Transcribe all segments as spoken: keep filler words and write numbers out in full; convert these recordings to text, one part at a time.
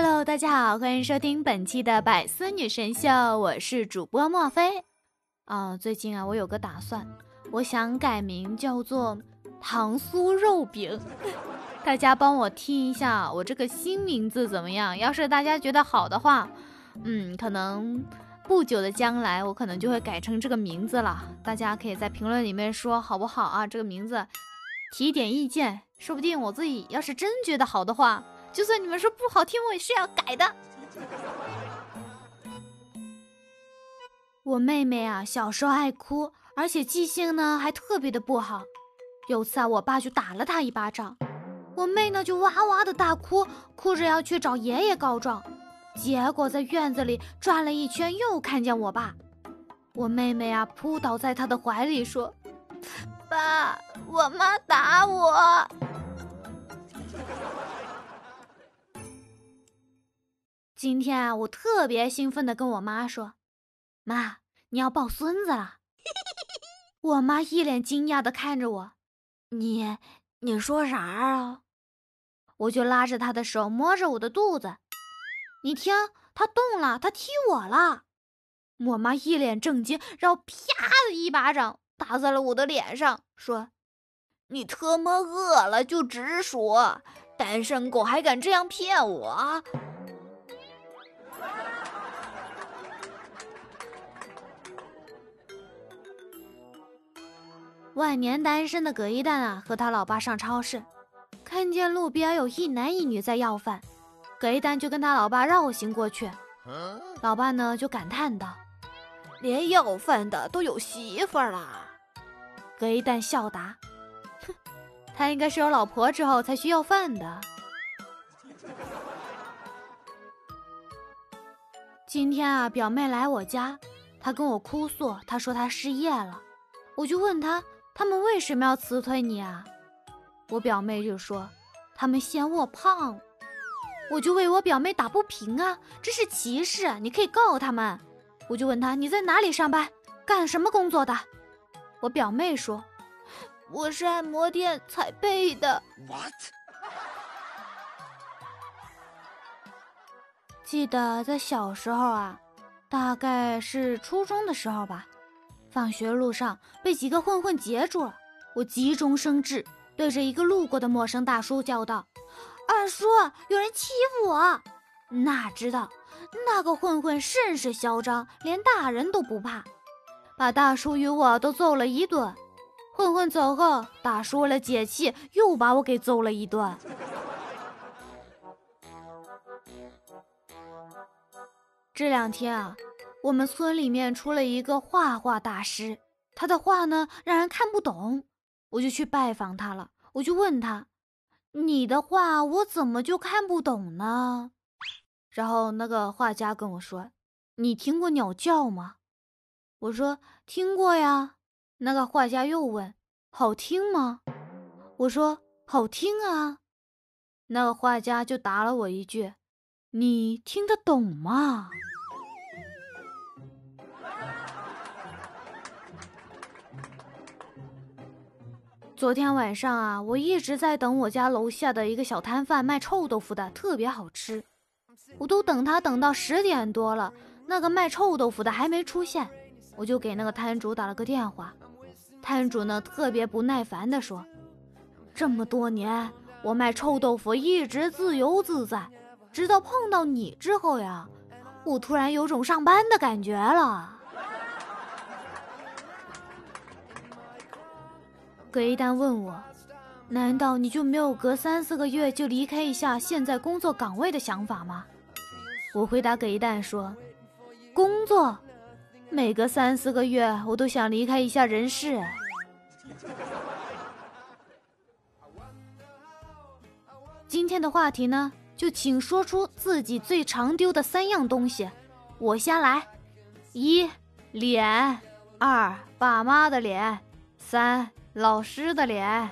Hello， 大家好，欢迎收听本期的百思女神秀，我是主播莫非。啊，最近啊，我有个打算，我想改名叫做糖酥肉饼。大家帮我听一下，我这个新名字怎么样？要是大家觉得好的话，嗯，可能不久的将来，我可能就会改成这个名字了。大家可以在评论里面说好不好啊？这个名字提点意见，说不定我自己要是真觉得好的话，就算你们说不好听，我也是要改的。我妹妹啊，小时候爱哭，而且记性呢还特别的不好。有次啊，我爸就打了她一巴掌，我妹呢就哇哇的大哭，哭着要去找爷爷告状。结果在院子里转了一圈，又看见我爸。我妹妹啊，扑倒在他的怀里说：“爸，我妈打我。”今天啊，我特别兴奋地跟我妈说：“妈，你要抱孙子了。”我妈一脸惊讶地看着我：“你，你说啥啊？”我就拉着她的手，摸着我的肚子。你听，她动了，她踢我了。我妈一脸震惊，然后啪的一巴掌打在了我的脸上，说：“你特么饿了就直说，单身狗还敢这样骗我？”万年单身的葛一蛋啊，和他老爸上超市，看见路边有一男一女在要饭，葛一蛋就跟他老爸绕行过去。老爸呢就感叹道：“连要饭的都有媳妇儿啦。”葛一蛋笑答：“哼，他应该是有老婆之后才去要饭的。”今天啊，表妹来我家，她跟我哭诉，她说她失业了。我就问她，他们为什么要辞退你啊？我表妹就说，他们嫌我胖。我就为我表妹打不平啊，这是歧视，你可以告他们。我就问她，你在哪里上班，干什么工作的？我表妹说，我是按摩店踩背的。 What？ 记得在小时候啊，大概是初中的时候吧，放学路上被几个混混截住了，我急中生智，对着一个路过的陌生大叔叫道：“二叔，有人欺负我！”哪知道那个混混甚是嚣张，连大人都不怕，把大叔与我都揍了一顿。混混走后，大叔为了解气，又把我给揍了一顿。这两天啊，我们村里面出了一个画画大师，他的画呢让人看不懂，我就去拜访他了。我就问他，你的画我怎么就看不懂呢？然后那个画家跟我说，你听过鸟叫吗？我说听过呀。那个画家又问，好听吗？我说好听啊。那个画家就答了我一句，你听得懂吗？昨天晚上啊，我一直在等我家楼下的一个小摊贩卖臭豆腐的，特别好吃。我都等他等到十点多了，那个卖臭豆腐的还没出现，我就给那个摊主打了个电话。摊主呢特别不耐烦地说，这么多年我卖臭豆腐一直自由自在，直到碰到你之后呀，我突然有种上班的感觉了。葛一丹问我，难道你就没有隔三四个月就离开一下现在工作岗位的想法吗？我回答葛一丹说，工作每隔三四个月我都想离开一下人世。今天的话题呢，就请说出自己最常丢的三样东西。我先来，一，脸；二，爸妈的脸；三，老师的脸。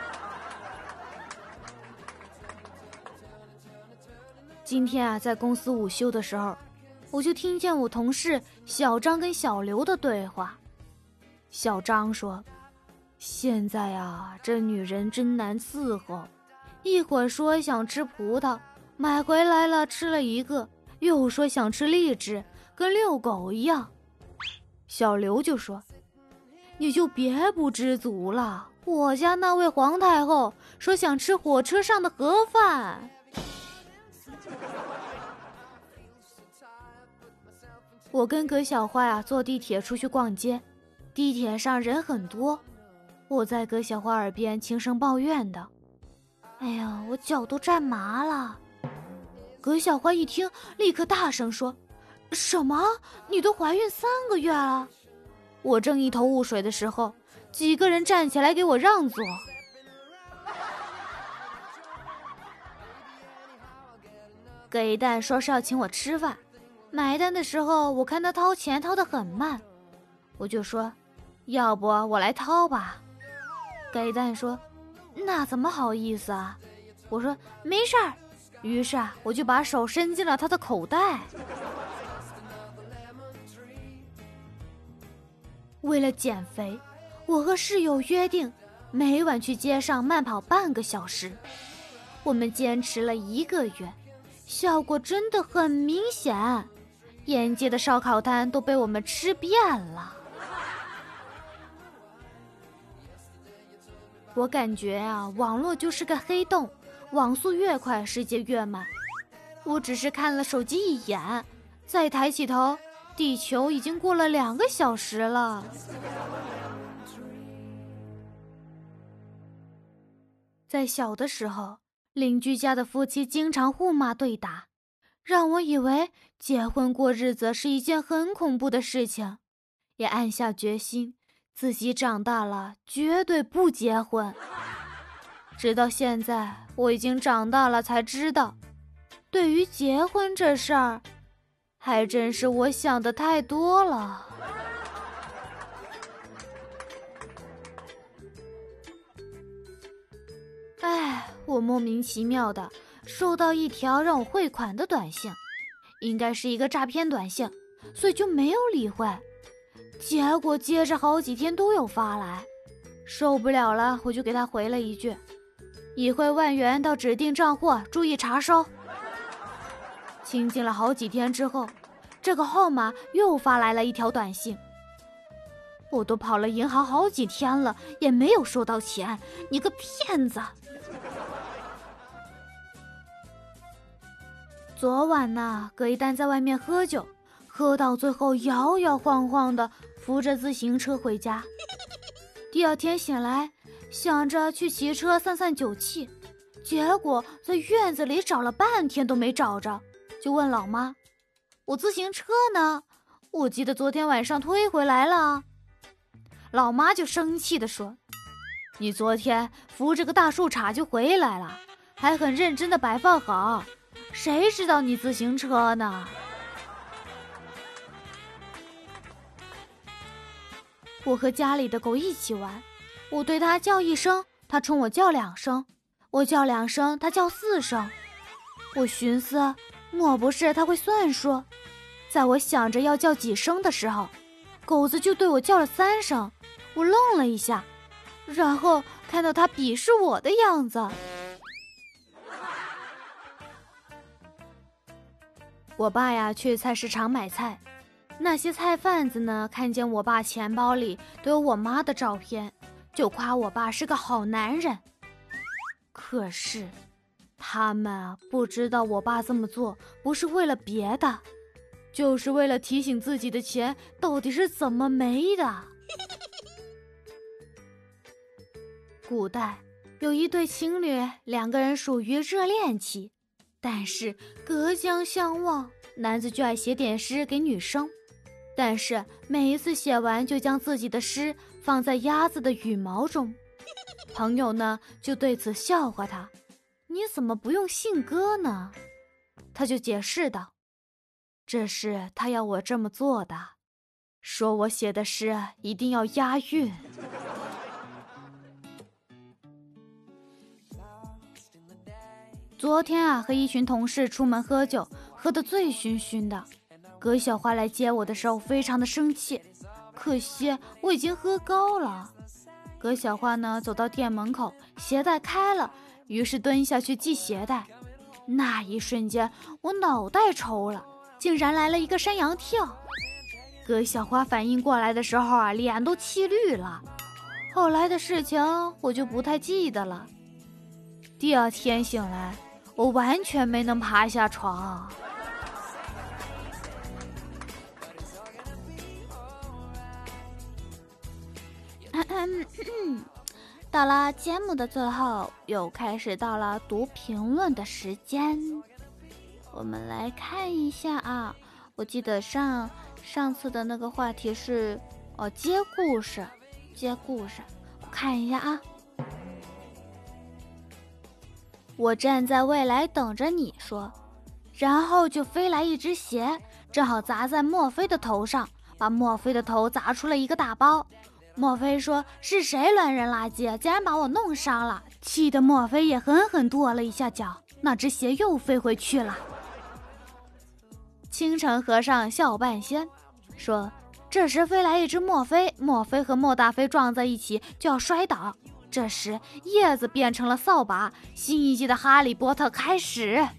今天啊，在公司午休的时候，我就听见我同事小张跟小刘的对话。小张说，现在啊，这女人真难伺候，一会儿说想吃葡萄， 买回来了吃了一个，又说想吃荔枝，跟遛狗一样。小刘就说，你就别不知足了，我家那位皇太后说想吃火车上的盒饭。我跟葛小花呀、啊、坐地铁出去逛街，地铁上人很多，我在葛小花耳边轻声抱怨的，哎呀，我脚都站麻了。葛小花一听，立刻大声说，什么？你都怀孕三个月了？我正一头雾水的时候，几个人站起来给我让座。葛一蛋说是要请我吃饭，买单的时候我看他掏钱掏得很慢，我就说，要不我来掏吧。葛一蛋说，那怎么好意思啊？我说没事儿，于是啊，我就把手伸进了他的口袋。为了减肥，我和室友约定每晚去街上慢跑半个小时。我们坚持了一个月，效果真的很明显，沿街的烧烤摊都被我们吃遍了。我感觉啊，网络就是个黑洞，网速越快，世界越慢。我只是看了手机一眼，再抬起头，地球已经过了两个小时了。在小的时候，邻居家的夫妻经常互骂对打，让我以为结婚过日子是一件很恐怖的事情，也暗下决心，自己长大了绝对不结婚。直到现在，我已经长大了才知道，对于结婚这事儿，还真是我想的太多了。哎，我莫名其妙的收到一条让我汇款的短信，应该是一个诈骗短信，所以就没有理会。结果接着好几天都有发来，受不了了，我就给他回了一句，已汇万元到指定账户，注意查收。清静了好几天之后，这个号码又发来了一条短信，我都跑了银行好几天了，也没有收到钱，你个骗子！昨晚呢，葛一丹在外面喝酒，喝到最后摇摇晃晃的扶着自行车回家。第二天醒来，想着去骑车散散酒气，结果在院子里找了半天都没找着，就问老妈，我自行车呢？我记得昨天晚上推回来了。老妈就生气地说，你昨天扶着个大树杈就回来了，还很认真地摆放好，谁知道你自行车呢？我和家里的狗一起玩，我对它叫一声，它冲我叫两声，我叫两声，它叫四声。我寻思，莫不是它会算数？在我想着要叫几声的时候，狗子就对我叫了三声。我愣了一下，然后看到它鄙视我的样子。我爸呀去菜市场买菜，那些菜贩子呢看见我爸钱包里都有我妈的照片，就夸我爸是个好男人。可是他们啊不知道我爸这么做不是为了别的，就是为了提醒自己的钱到底是怎么没的。古代有一对情侣，两个人属于热恋期，但是隔江相望，男子就爱写点诗给女生，但是每一次写完就将自己的诗放在鸭子的羽毛中。朋友呢就对此笑话他，你怎么不用信鸽呢？他就解释道，这是他要我这么做的，说我写的诗一定要押韵。昨天啊，和一群同事出门喝酒，喝得醉醺醺的。葛小花来接我的时候，非常的生气，可惜我已经喝高了。葛小花呢，走到店门口，鞋带开了，于是蹲下去系鞋带。 那一瞬间，我脑袋抽了，竟然来了一个山羊跳。葛小花反应过来的时候啊，脸都气绿了。后来的事情我就不太记得了。第二天醒来，我完全没能爬下床。到了节目的最后，又开始到了读评论的时间。我们来看一下啊，我记得上上次的那个话题是哦接故事，接故事，我看一下啊。我站在未来等着你说，然后就飞来一只鞋，正好砸在墨菲的头上，把墨菲的头砸出了一个大包。墨菲说是谁乱扔垃圾，竟然把我弄伤了，气得墨菲也狠狠跺了一下脚，那只鞋又飞回去了。青城和尚笑半仙说，这时飞来一只墨菲，墨菲和莫大飞撞在一起就要摔倒，这时叶子变成了扫把，新一季的哈利波特开始。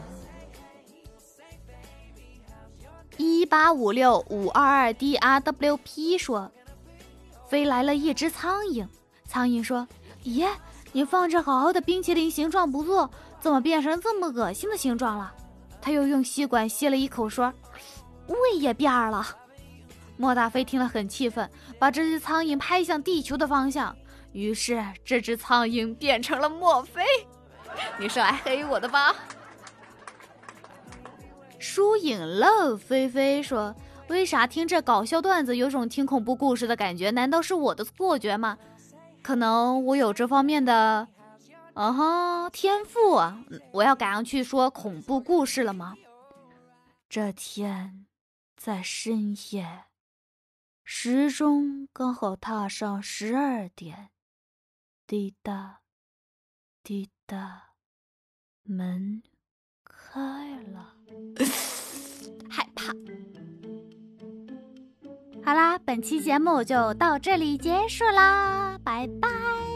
一八五六五二二 D R W P 说，飞来了一只苍蝇，苍蝇说，咦，你放着好好的冰淇淋形状不做，怎么变成这么恶心的形状了？他又用吸管吸了一口说，味也变了。莫大飞听了很气愤，把这只苍蝇拍向地球的方向，于是这只苍蝇变成了墨菲。你是来黑我的吧？输赢了，菲菲说，为啥听这搞笑段子有种听恐怖故事的感觉？难道是我的错觉吗？可能我有这方面的嗯哼天赋啊！我要赶上去说恐怖故事了吗？这天在深夜，时钟刚好踏上十二点，滴答滴答，门开了。害怕。好啦，本期节目就到这里结束啦，拜拜。